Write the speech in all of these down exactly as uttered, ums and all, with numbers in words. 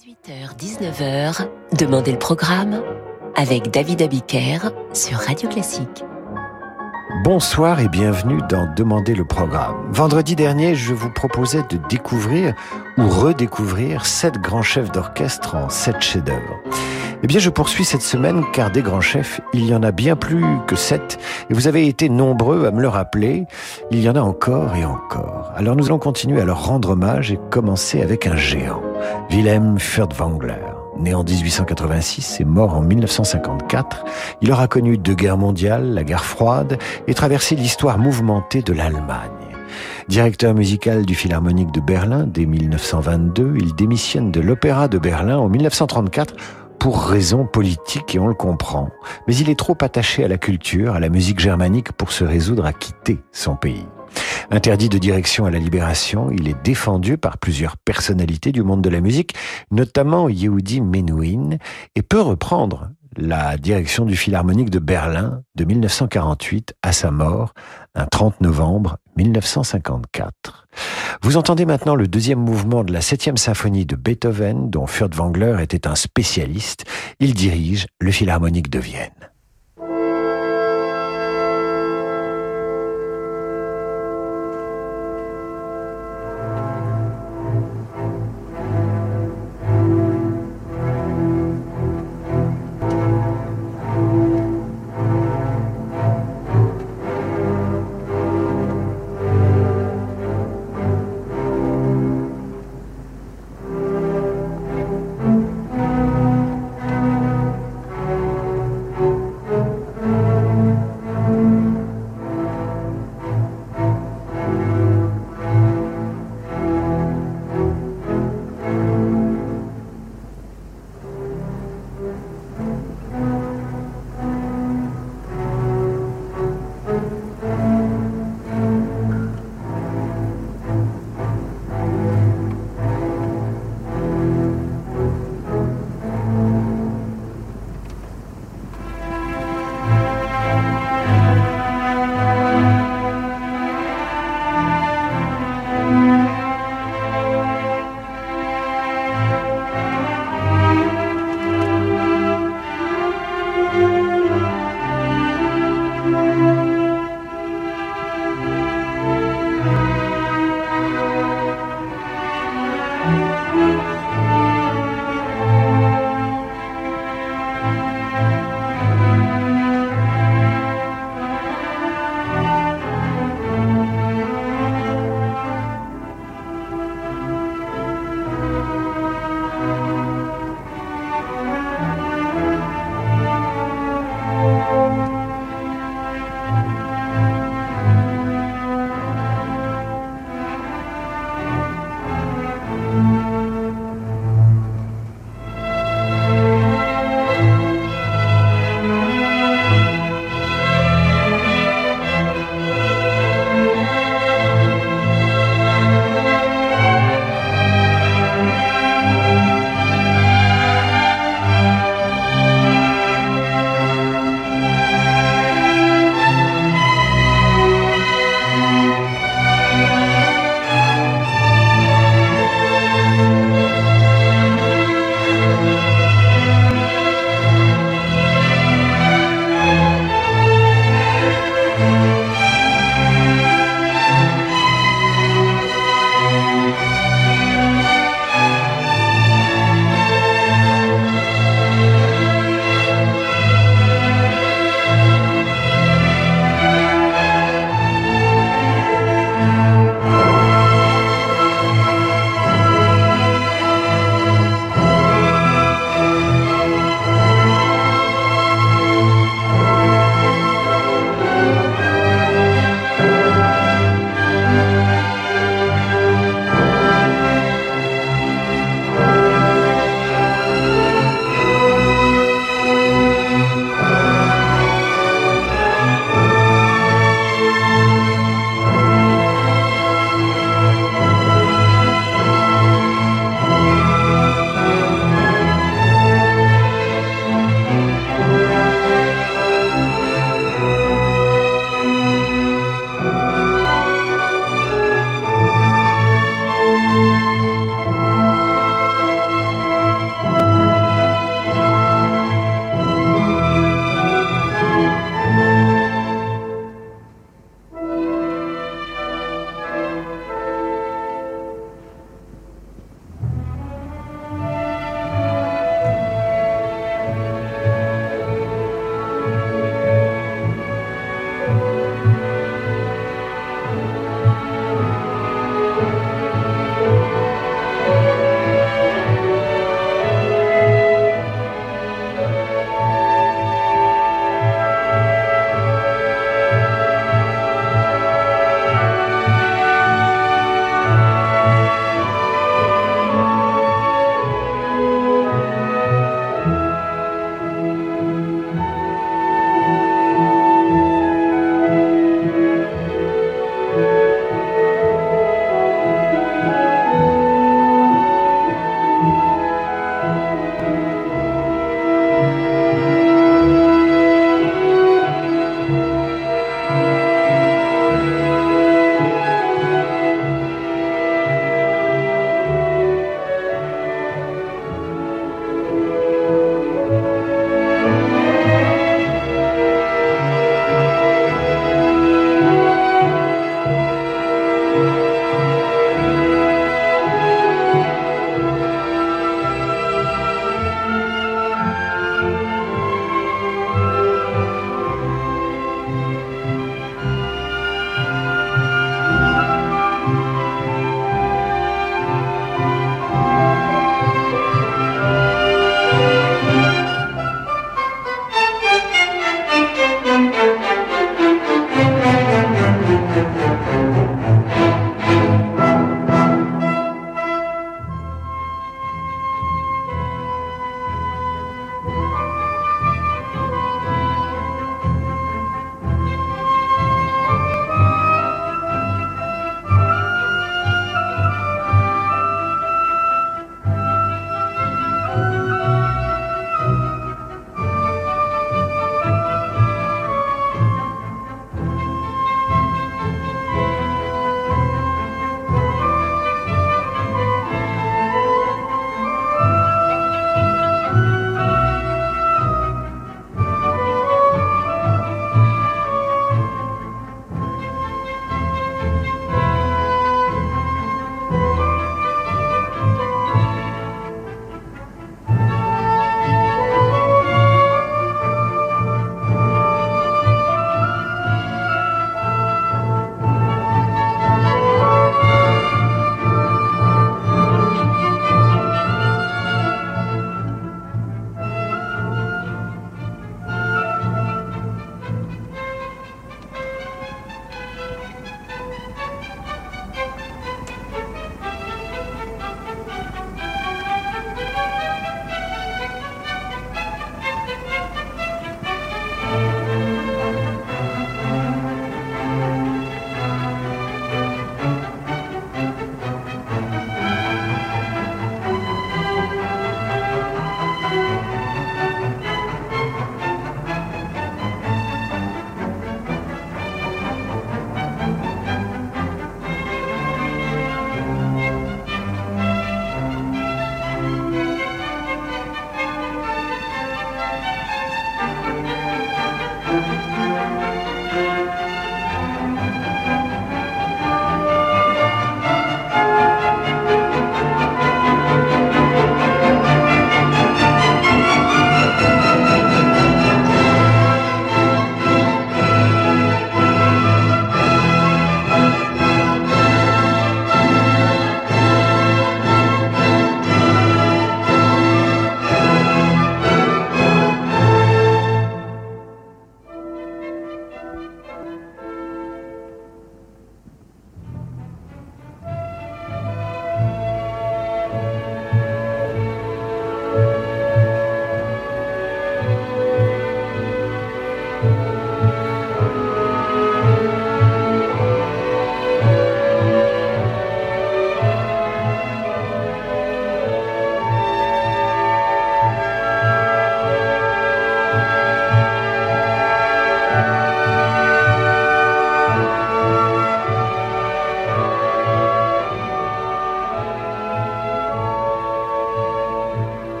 dix-huit heures dix-neuf heures, Demandez le programme avec David Abiker sur Radio Classique. Bonsoir et bienvenue dans Demandez le programme. Vendredi dernier, je vous proposais de découvrir ou redécouvrir sept grands chefs d'orchestre en sept chefs-d'œuvre. Eh bien, je poursuis cette semaine car des grands chefs, il y en a bien plus que sept et vous avez été nombreux à me le rappeler. Il y en a encore et encore. Alors nous allons continuer à leur rendre hommage et commencer avec un géant, Wilhelm Furtwängler. Né en dix-huit cent quatre-vingt-six et mort en mille neuf cent cinquante-quatre, il aura connu deux guerres mondiales, la guerre froide, et traversé l'histoire mouvementée de l'Allemagne. Directeur musical du Philharmonique de Berlin dès mille neuf cent vingt-deux, il démissionne de l'Opéra de Berlin en mille neuf cent trente-quatre pour raisons politiques, et on le comprend. Mais il est trop attaché à la culture, à la musique germanique pour se résoudre à quitter son pays. Interdit de direction à la Libération, il est défendu par plusieurs personnalités du monde de la musique, notamment Yehudi Menuhin, et peut reprendre la direction du Philharmonique de Berlin de mille neuf cent quarante-huit à sa mort, un trente novembre mille neuf cent cinquante-quatre. Vous entendez maintenant le deuxième mouvement de la septième symphonie de Beethoven, dont Furtwängler était un spécialiste. Il dirige le Philharmonique de Vienne.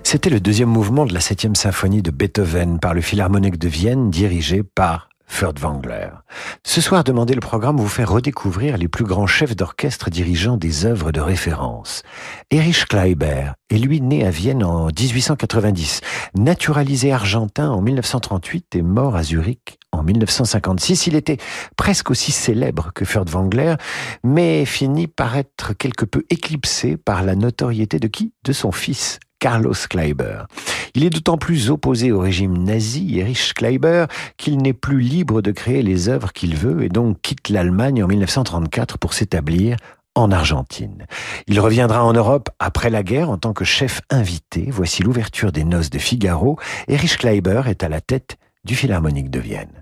C'était le deuxième mouvement de la septième symphonie de Beethoven par le Philharmonique de Vienne dirigé par Furtwängler. Ce soir, Demandez le programme vous fait redécouvrir les plus grands chefs d'orchestre dirigeant des œuvres de référence. Erich Kleiber est lui né à Vienne en dix-huit cent quatre-vingt-dix, naturalisé argentin en mille neuf cent trente-huit et mort à Zurich en mille neuf cent cinquante-six. Il était presque aussi célèbre que Furtwängler, mais finit par être quelque peu éclipsé par la notoriété de qui ? De son fils, Carlos Kleiber. Il est d'autant plus opposé au régime nazi, Erich Kleiber, qu'il n'est plus libre de créer les œuvres qu'il veut et donc quitte l'Allemagne en mille neuf cent trente-quatre pour s'établir en Argentine. Il reviendra en Europe après la guerre en tant que chef invité. Voici l'ouverture des Noces de Figaro. Erich Kleiber est à la tête du Philharmonique de Vienne.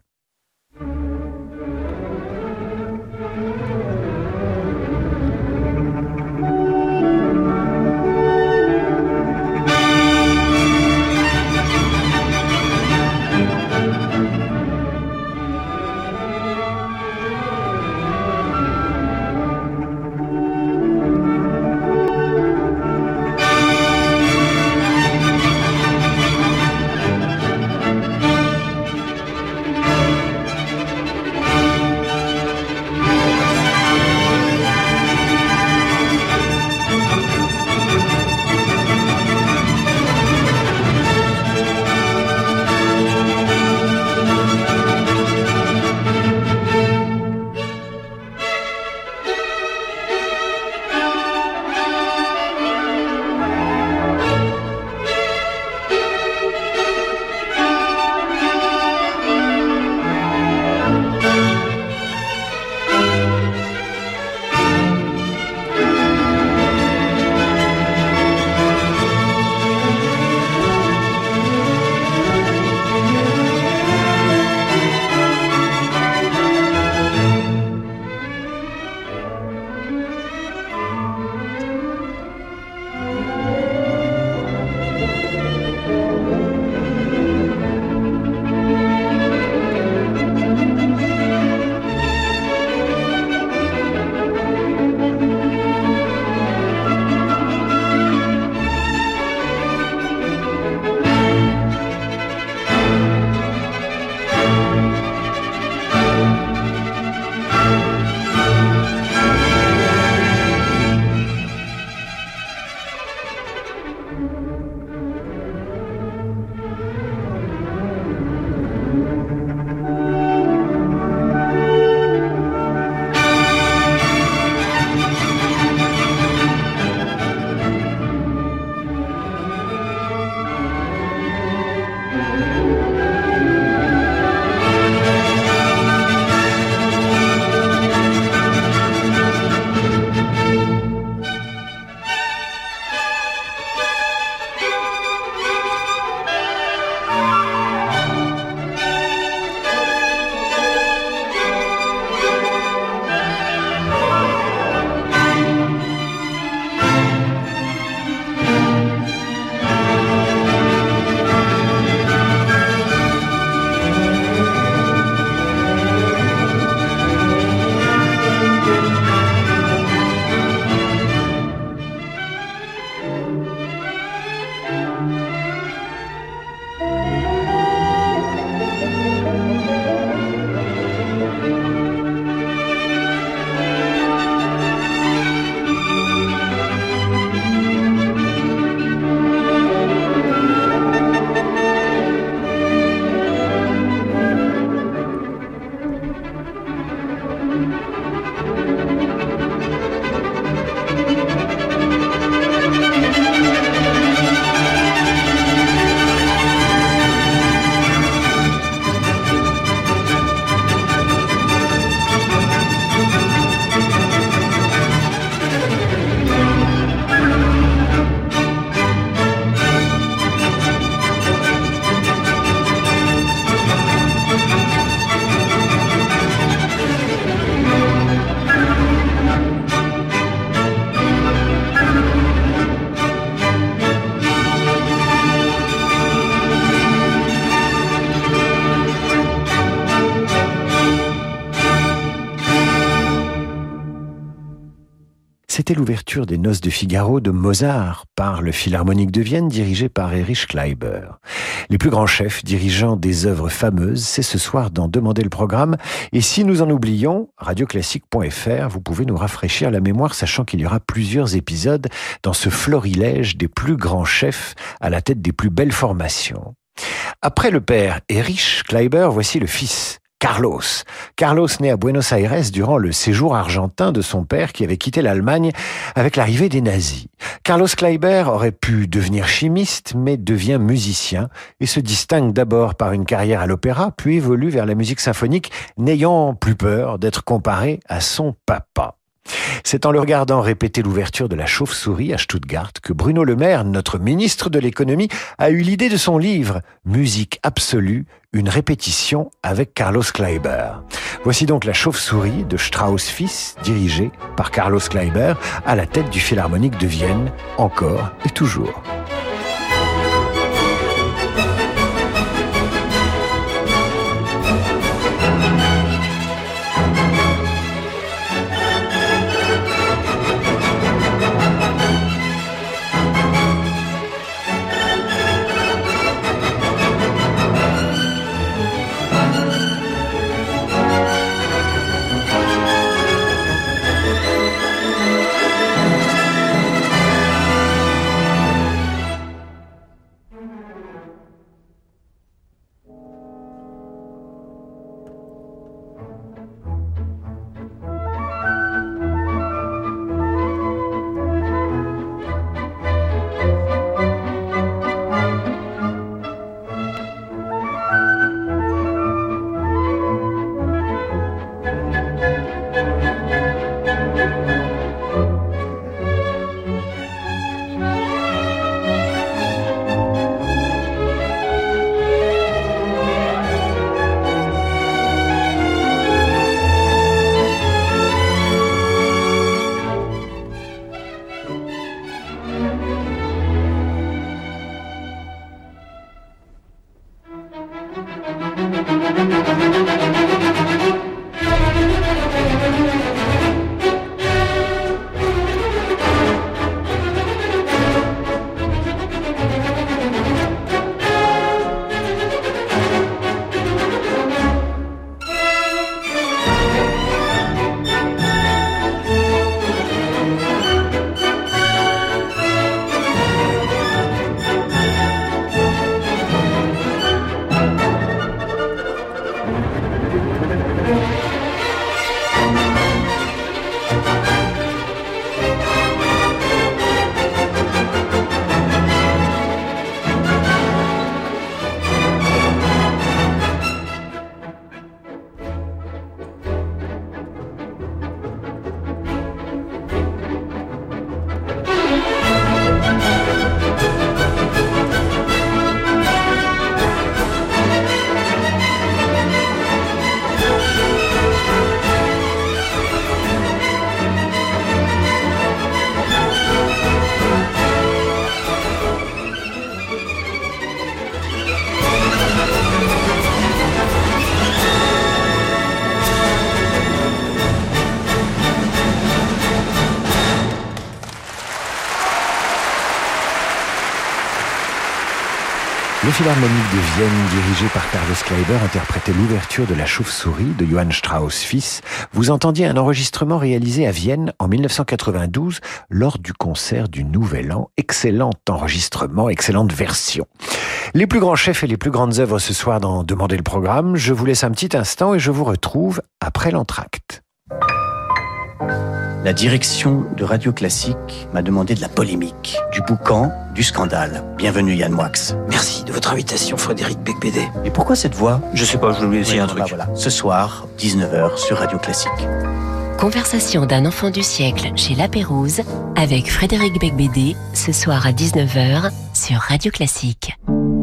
C'était l'ouverture des Noces de Figaro de Mozart par le Philharmonique de Vienne dirigé par Erich Kleiber. Les plus grands chefs dirigeant des œuvres fameuses, c'est ce soir dans Demandez le programme. Et si nous en oublions, radio classique point f r, vous pouvez nous rafraîchir la mémoire, sachant qu'il y aura plusieurs épisodes dans ce florilège des plus grands chefs à la tête des plus belles formations. Après le père Erich Kleiber, voici le fils. Carlos. Carlos né à Buenos Aires durant le séjour argentin de son père qui avait quitté l'Allemagne avec l'arrivée des nazis. Carlos Kleiber aurait pu devenir chimiste, mais devient musicien et se distingue d'abord par une carrière à l'opéra, puis évolue vers la musique symphonique, n'ayant plus peur d'être comparé à son papa. C'est en le regardant répéter l'ouverture de la Chauve-souris à Stuttgart que Bruno Le Maire, notre ministre de l'économie, a eu l'idée de son livre « Musique absolue, une répétition avec Carlos Kleiber ». Voici donc la Chauve-souris de Strauss fils, dirigée par Carlos Kleiber, à la tête du Philharmonique de Vienne, encore et toujours. Le Philharmonique de Vienne, dirigé par Carlos Kleiber, interprétait l'ouverture de la Chauve-souris de Johann Strauss fils. Vous entendiez un enregistrement réalisé à Vienne en mille neuf cent quatre-vingt-douze lors du concert du Nouvel An. Excellent enregistrement, excellente version. Les plus grands chefs et les plus grandes œuvres ce soir dans Demandez le programme. Je vous laisse un petit instant et je vous retrouve après l'entracte. La direction de Radio Classique m'a demandé de la polémique, du boucan, du scandale. Bienvenue Yann Moix. Merci de votre invitation, Frédéric Becbédé. Et pourquoi cette voix ? Je sais pas, je voulais essayer oui, un truc. Bah voilà. Ce soir, dix-neuf heures sur Radio Classique. Conversation d'un enfant du siècle chez La Pérouse avec Frédéric Becbédé, ce soir à dix-neuf heures sur Radio Classique.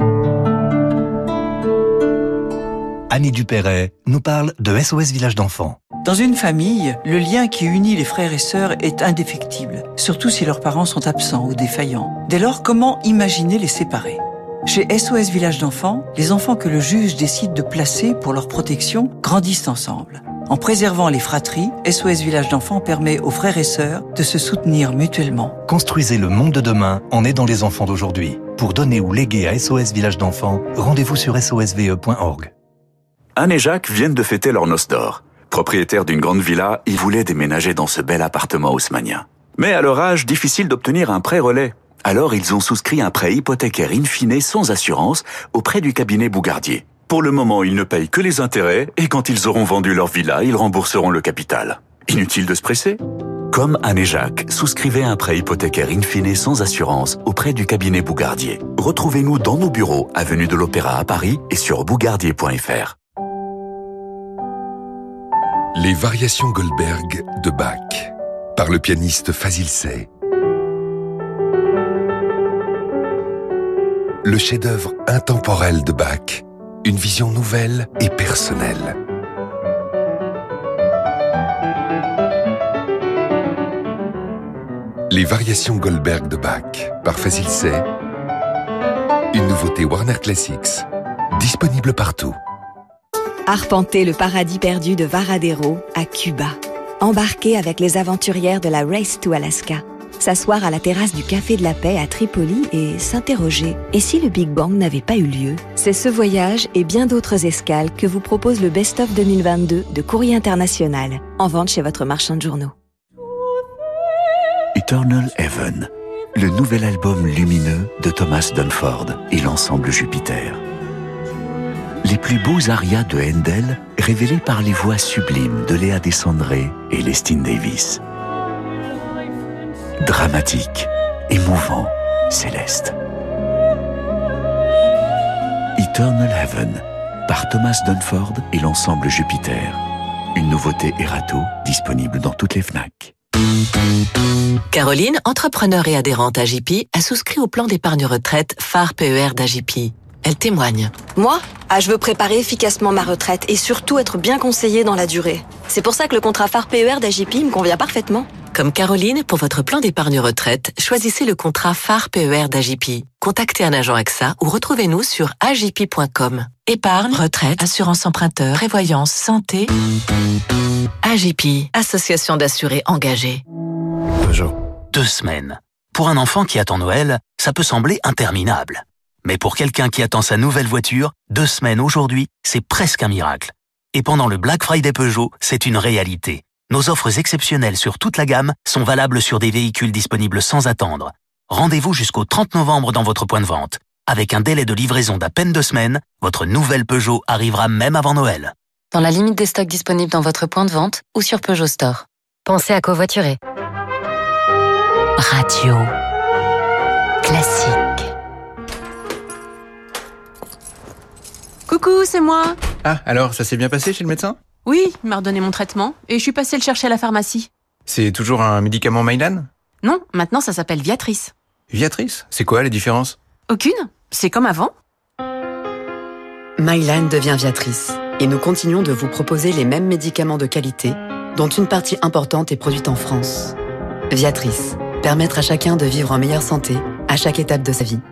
Annie Dupéret nous parle de S O S Village d'enfants. Dans une famille, le lien qui unit les frères et sœurs est indéfectible, surtout si leurs parents sont absents ou défaillants. Dès lors, comment imaginer les séparer ? Chez S O S Village d'enfants, les enfants que le juge décide de placer pour leur protection grandissent ensemble. En préservant les fratries, S O S Village d'enfants permet aux frères et sœurs de se soutenir mutuellement. Construisez le monde de demain en aidant les enfants d'aujourd'hui. Pour donner ou léguer à S O S Village d'enfants, rendez-vous sur S O S V E point org. Anne et Jacques viennent de fêter leur noces d'or. Propriétaires d'une grande villa, ils voulaient déménager dans ce bel appartement haussmannien. Mais à leur âge, difficile d'obtenir un prêt relais. Alors ils ont souscrit un prêt hypothécaire in fine sans assurance auprès du cabinet Bougardier. Pour le moment, ils ne payent que les intérêts et quand ils auront vendu leur villa, ils rembourseront le capital. Inutile de se presser. Comme Anne et Jacques, souscrivez un prêt hypothécaire in fine sans assurance auprès du cabinet Bougardier. Retrouvez-nous dans nos bureaux, avenue de l'Opéra à Paris et sur bougardier point f r. Les variations Goldberg de Bach, par le pianiste Fazil Say. Le chef-d'œuvre intemporel de Bach, une vision nouvelle et personnelle. Les variations Goldberg de Bach, par Fazil Say, une nouveauté Warner Classics, disponible partout. Arpentez le paradis perdu de Varadero à Cuba. Embarquez avec les aventurières de la Race to Alaska. S'asseoir à la terrasse du Café de la Paix à Tripoli et s'interroger « Et si le Big Bang n'avait pas eu lieu ?» C'est ce voyage et bien d'autres escales que vous propose le Best of deux mille vingt-deux de Courrier International, en vente chez votre marchand de journaux. Eternal Heaven, le nouvel album lumineux de Thomas Dunford et l'ensemble Jupiter. Les plus beaux arias de Handel révélés par les voix sublimes de Léa Descendré et Lestine Davis. Dramatique, émouvant, céleste. Eternal Heaven, par Thomas Dunford et l'ensemble Jupiter. Une nouveauté Erato, disponible dans toutes les Fnac. Caroline, entrepreneure et adhérente à J P, a souscrit au plan d'épargne retraite Phare P E R d'A J P. Elle témoigne. Moi, ah, je veux préparer efficacement ma retraite et surtout être bien conseillée dans la durée. C'est pour ça que le contrat Phare P E R d'A J P me convient parfaitement. Comme Caroline, pour votre plan d'épargne retraite, choisissez le contrat Phare P E R d'A J P. Contactez un agent A X A ou retrouvez-nous sur a j p point com. Épargne, retraite, assurance emprunteur, prévoyance, santé. A J P, association d'assurés engagés. Peugeot. Deux semaines. Pour un enfant qui attend Noël, ça peut sembler interminable. Mais pour quelqu'un qui attend sa nouvelle voiture, deux semaines aujourd'hui, c'est presque un miracle. Et pendant le Black Friday Peugeot, c'est une réalité. Nos offres exceptionnelles sur toute la gamme sont valables sur des véhicules disponibles sans attendre. Rendez-vous jusqu'au trente novembre dans votre point de vente. Avec un délai de livraison d'à peine deux semaines, votre nouvelle Peugeot arrivera même avant Noël. Dans la limite des stocks disponibles dans votre point de vente ou sur Peugeot Store. Pensez à covoiturer. Radio Classique. Coucou, c'est moi. Ah, alors, ça s'est bien passé chez le médecin ? Oui, il m'a redonné mon traitement et je suis passée le chercher à la pharmacie. C'est toujours un médicament Mylan ? Non, maintenant ça s'appelle Viatrice. Viatrice ? C'est quoi les différences ? Aucune, c'est comme avant. Mylan devient Viatrice et nous continuons de vous proposer les mêmes médicaments de qualité dont une partie importante est produite en France. Viatrice, permettre à chacun de vivre en meilleure santé à chaque étape de sa vie.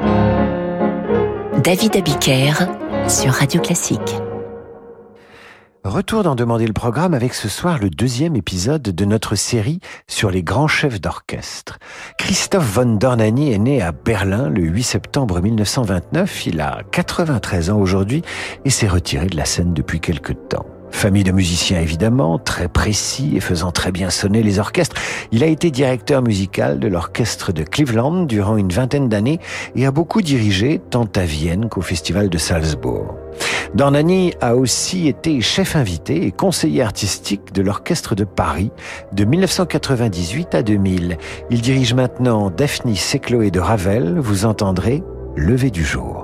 David Abiker sur Radio Classique. Retour d'en demander le programme avec ce soir le deuxième épisode de notre série sur les grands chefs d'orchestre. Christoph von Dohnanyi est né à Berlin le huit septembre mille neuf cent vingt-neuf. Il a quatre-vingt-treize ans aujourd'hui et s'est retiré de la scène depuis quelque temps. Famille de musiciens évidemment, très précis et faisant très bien sonner les orchestres. Il a été directeur musical de l'orchestre de Cleveland durant une vingtaine d'années et a beaucoup dirigé tant à Vienne qu'au festival de Salzbourg. Dohnanyi a aussi été chef invité et conseiller artistique de l'orchestre de Paris de mille neuf cent quatre-vingt-dix-huit à deux mille. Il dirige maintenant Daphnis et Chloé de Ravel. Vous entendrez Lever du jour.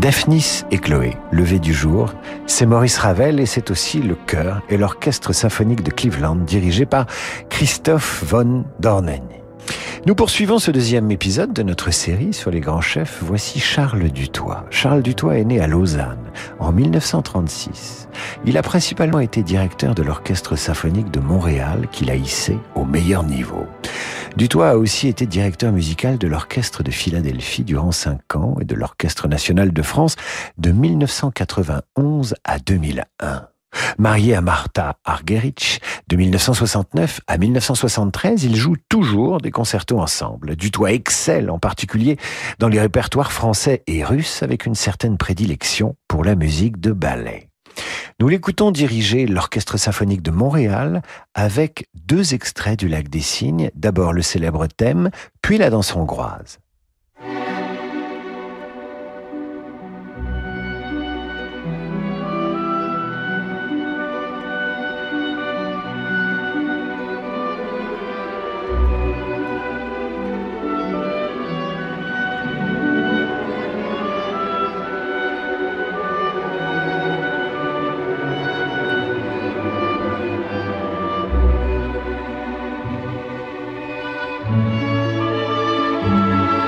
Daphnis et Chloé, lever du jour, c'est Maurice Ravel et c'est aussi le chœur et l'orchestre symphonique de Cleveland dirigé par Christoph von Doornen. Nous poursuivons ce deuxième épisode de notre série sur les grands chefs. Voici Charles Dutoit. Charles Dutoit est né à Lausanne en mille neuf cent trente-six. Il a principalement été directeur de l'Orchestre symphonique de Montréal qu'il a hissé au meilleur niveau. Dutoit a aussi été directeur musical de l'Orchestre de Philadelphie durant cinq ans et de l'Orchestre national de France de mille neuf cent quatre-vingt-onze à deux mille un. Marié à Martha Argerich, de mille neuf cent soixante-neuf à mille neuf cent soixante-treize, ils jouent toujours des concertos ensemble. Dutoit excelle en particulier dans les répertoires français et russes avec une certaine prédilection pour la musique de ballet. Nous l'écoutons diriger l'Orchestre symphonique de Montréal avec deux extraits du Lac des Cygnes, d'abord le célèbre thème, puis la danse hongroise. Thank you.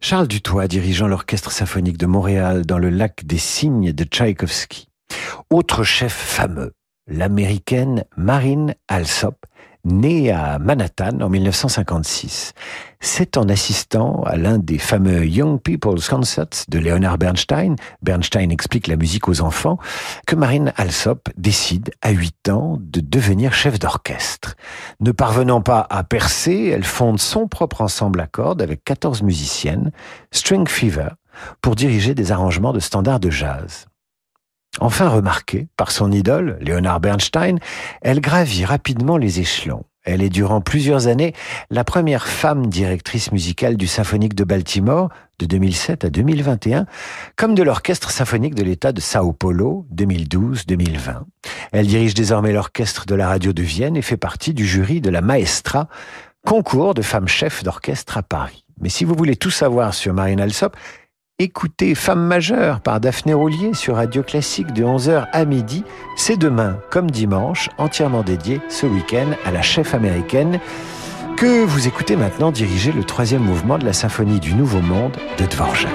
Charles Dutoit dirigeant l'Orchestre symphonique de Montréal dans le Lac des Cygnes de Tchaïkovski. Autre chef fameux, l'américaine Marin Alsop, née à Manhattan en mille neuf cent cinquante-six. C'est en assistant à l'un des fameux Young People's Concerts de Leonard Bernstein, Bernstein explique la musique aux enfants, que Marin Alsop décide à huit ans de devenir chef d'orchestre. Ne parvenant pas à percer, elle fonde son propre ensemble à cordes avec quatorze musiciennes, String Fever, pour diriger des arrangements de standards de jazz. Enfin remarquée par son idole, Leonard Bernstein, elle gravit rapidement les échelons. Elle est durant plusieurs années la première femme directrice musicale du Symphonique de Baltimore de deux mille sept à deux mille vingt et un, comme de l'Orchestre symphonique de l'État de Sao Paulo deux mille douze à deux mille vingt. Elle dirige désormais l'Orchestre de la Radio de Vienne et fait partie du jury de la Maestra, concours de femmes chefs d'orchestre à Paris. Mais si vous voulez tout savoir sur Marin Alsop, écoutez Femme majeure par Daphné Roulier sur Radio Classique de onze heures à midi. C'est demain, comme dimanche, entièrement dédié ce week-end à la chef américaine que vous écoutez maintenant diriger le troisième mouvement de la symphonie du Nouveau Monde de Dvorak.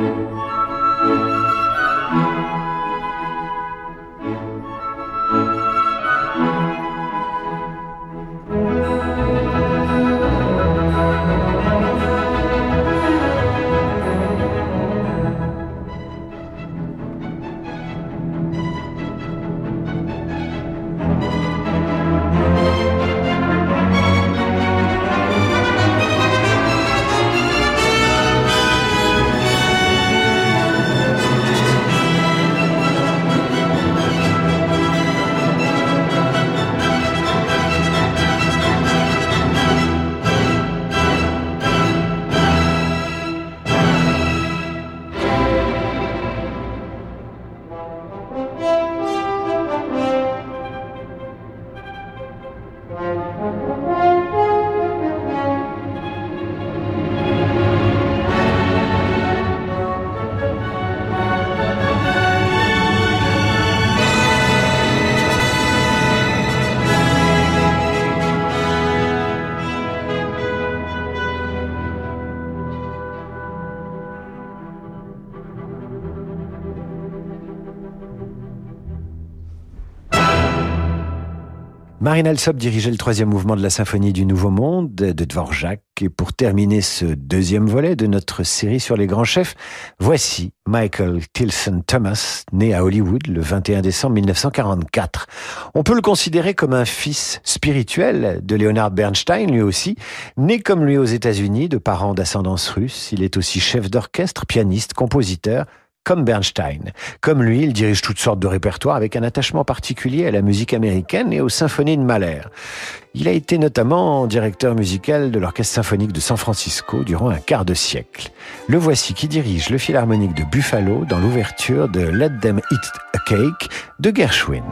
Marin Alsop dirigeait le troisième mouvement de la symphonie du Nouveau Monde de Dvorak. Et pour terminer ce deuxième volet de notre série sur les grands chefs, voici Michael Tilson Thomas, né à Hollywood le vingt et un décembre mille neuf cent quarante-quatre. On peut le considérer comme un fils spirituel de Leonard Bernstein, lui aussi. Né comme lui aux États-Unis, de parents d'ascendance russe, il est aussi chef d'orchestre, pianiste, compositeur, comme Bernstein. Comme lui, il dirige toutes sortes de répertoires avec un attachement particulier à la musique américaine et aux symphonies de Mahler. Il a été notamment directeur musical de l'Orchestre symphonique de San Francisco durant un quart de siècle. Le voici qui dirige le Philharmonique de Buffalo dans l'ouverture de Let Them Eat a Cake de Gershwin.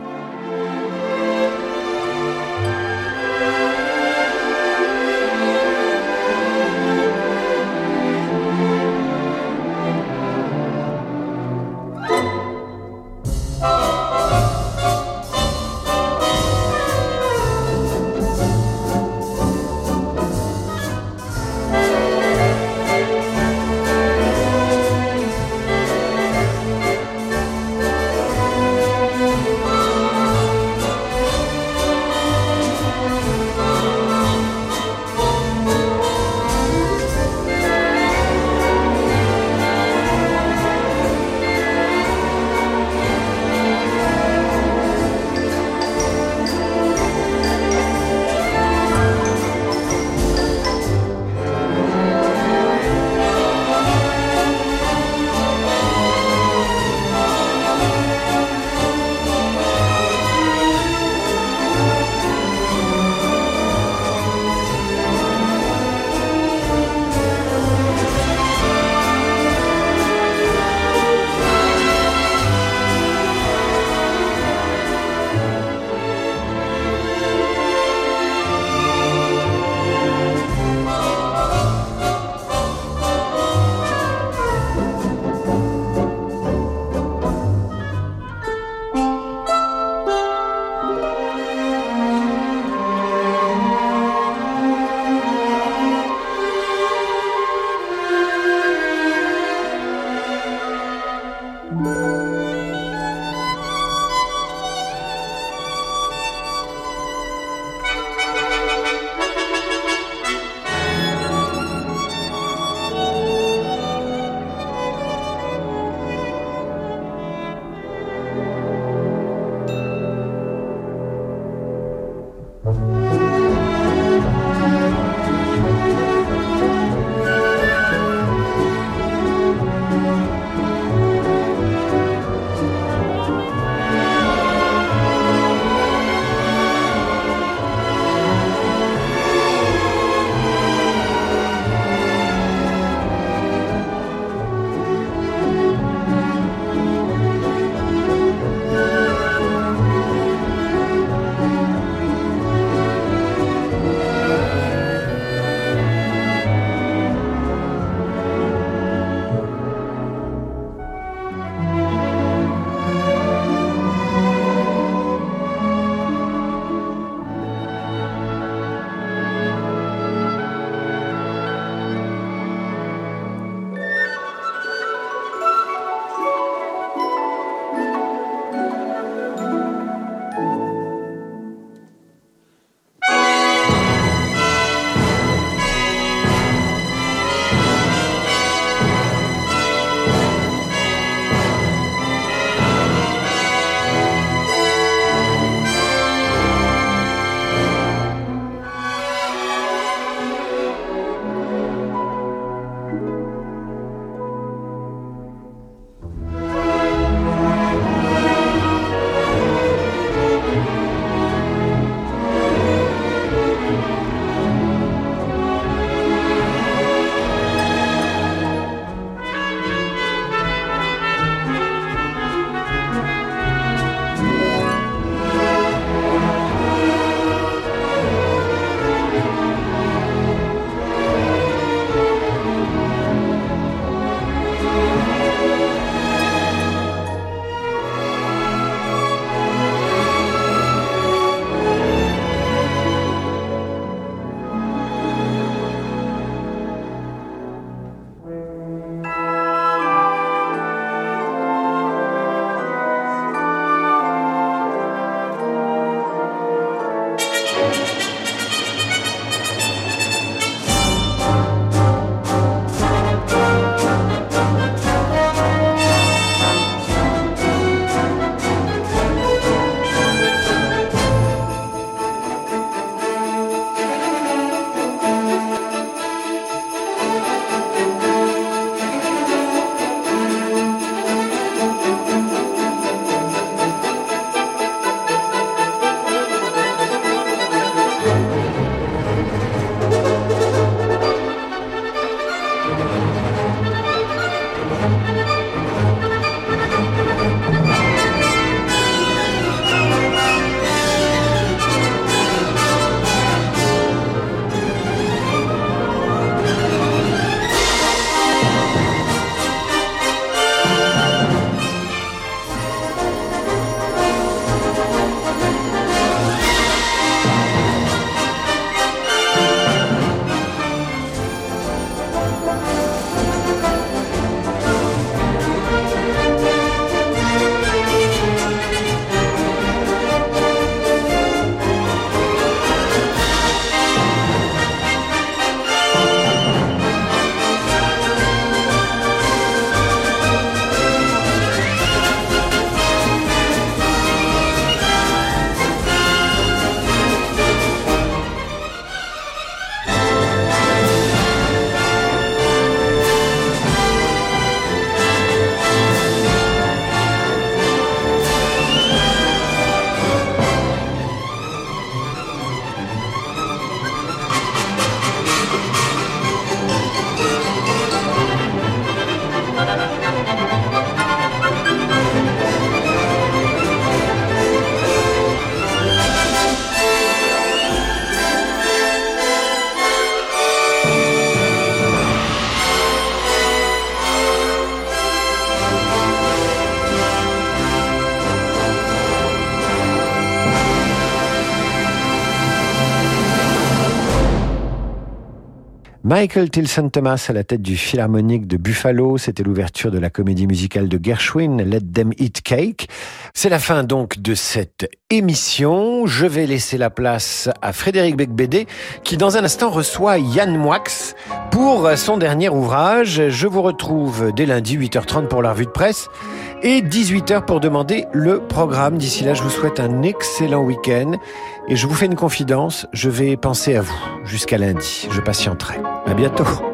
Thank you. Michael Tilson Thomas à la tête du Philharmonique de Buffalo, c'était l'ouverture de la comédie musicale de Gershwin, Let Them Eat Cake. C'est la fin donc de cette émission. Je vais laisser la place à Frédéric Becbédé qui dans un instant reçoit Yann Moix pour son dernier ouvrage. Je vous retrouve dès lundi huit heures trente pour la revue de presse et dix-huit heures pour demander le programme. D'ici là, je vous souhaite un excellent week-end et je vous fais une confidence, je vais penser à vous jusqu'à lundi. Je patienterai. À bientôt.